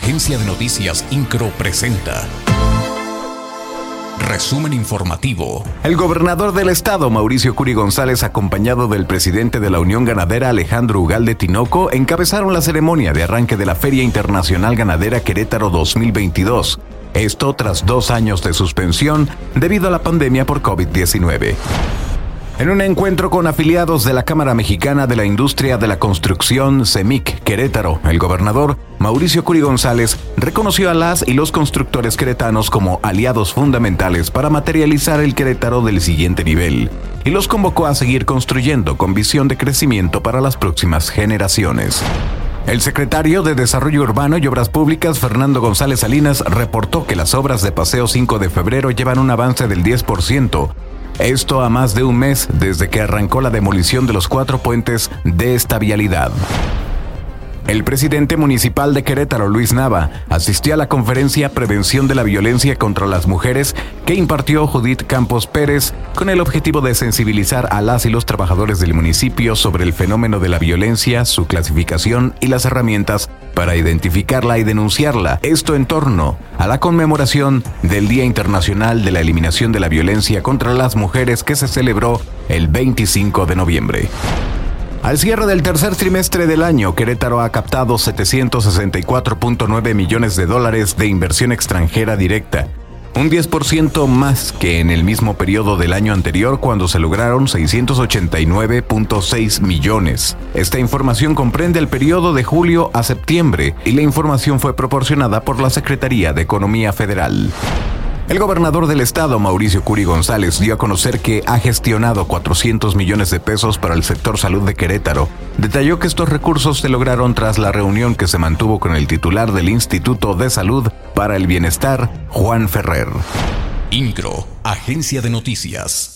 Agencia de Noticias Incro presenta Resumen informativo. El gobernador del estado, Mauricio Curi González, acompañado del presidente de la Unión Ganadera, Alejandro Ugalde Tinoco, encabezaron la ceremonia de arranque de la Feria Internacional Ganadera Querétaro 2022. Esto tras 2 años de suspensión debido a la pandemia por COVID-19. En un encuentro con afiliados de la Cámara Mexicana de la Industria de la Construcción, CEMIC, Querétaro, el gobernador, Mauricio Curi González, reconoció a las y los constructores queretanos como aliados fundamentales para materializar el Querétaro del siguiente nivel, y los convocó a seguir construyendo con visión de crecimiento para las próximas generaciones. El secretario de Desarrollo Urbano y Obras Públicas, Fernando González Salinas, reportó que las obras de Paseo 5 de Febrero llevan un avance del 10%, esto a más de un mes desde que arrancó la demolición de los 4 puentes de esta vialidad. El presidente municipal de Querétaro, Luis Nava, asistió a la conferencia Prevención de la Violencia contra las Mujeres que impartió Judith Campos Pérez con el objetivo de sensibilizar a las y los trabajadores del municipio sobre el fenómeno de la violencia, su clasificación y las herramientas para identificarla y denunciarla. Esto en torno a la conmemoración del Día Internacional de la Eliminación de la Violencia contra las Mujeres que se celebró el 25 de noviembre. Al cierre del tercer trimestre del año, Querétaro ha captado $764.9 millones de inversión extranjera directa, un 10% más que en el mismo periodo del año anterior, cuando se lograron $689.6 millones. Esta información comprende el periodo de julio a septiembre y la información fue proporcionada por la Secretaría de Economía Federal. El gobernador del estado, Mauricio Curi González, dio a conocer que ha gestionado 400 millones de pesos para el sector salud de Querétaro. Detalló que estos recursos se lograron tras la reunión que se mantuvo con el titular del Instituto de Salud para el Bienestar, Juan Ferrer. Incro, Agencia de Noticias.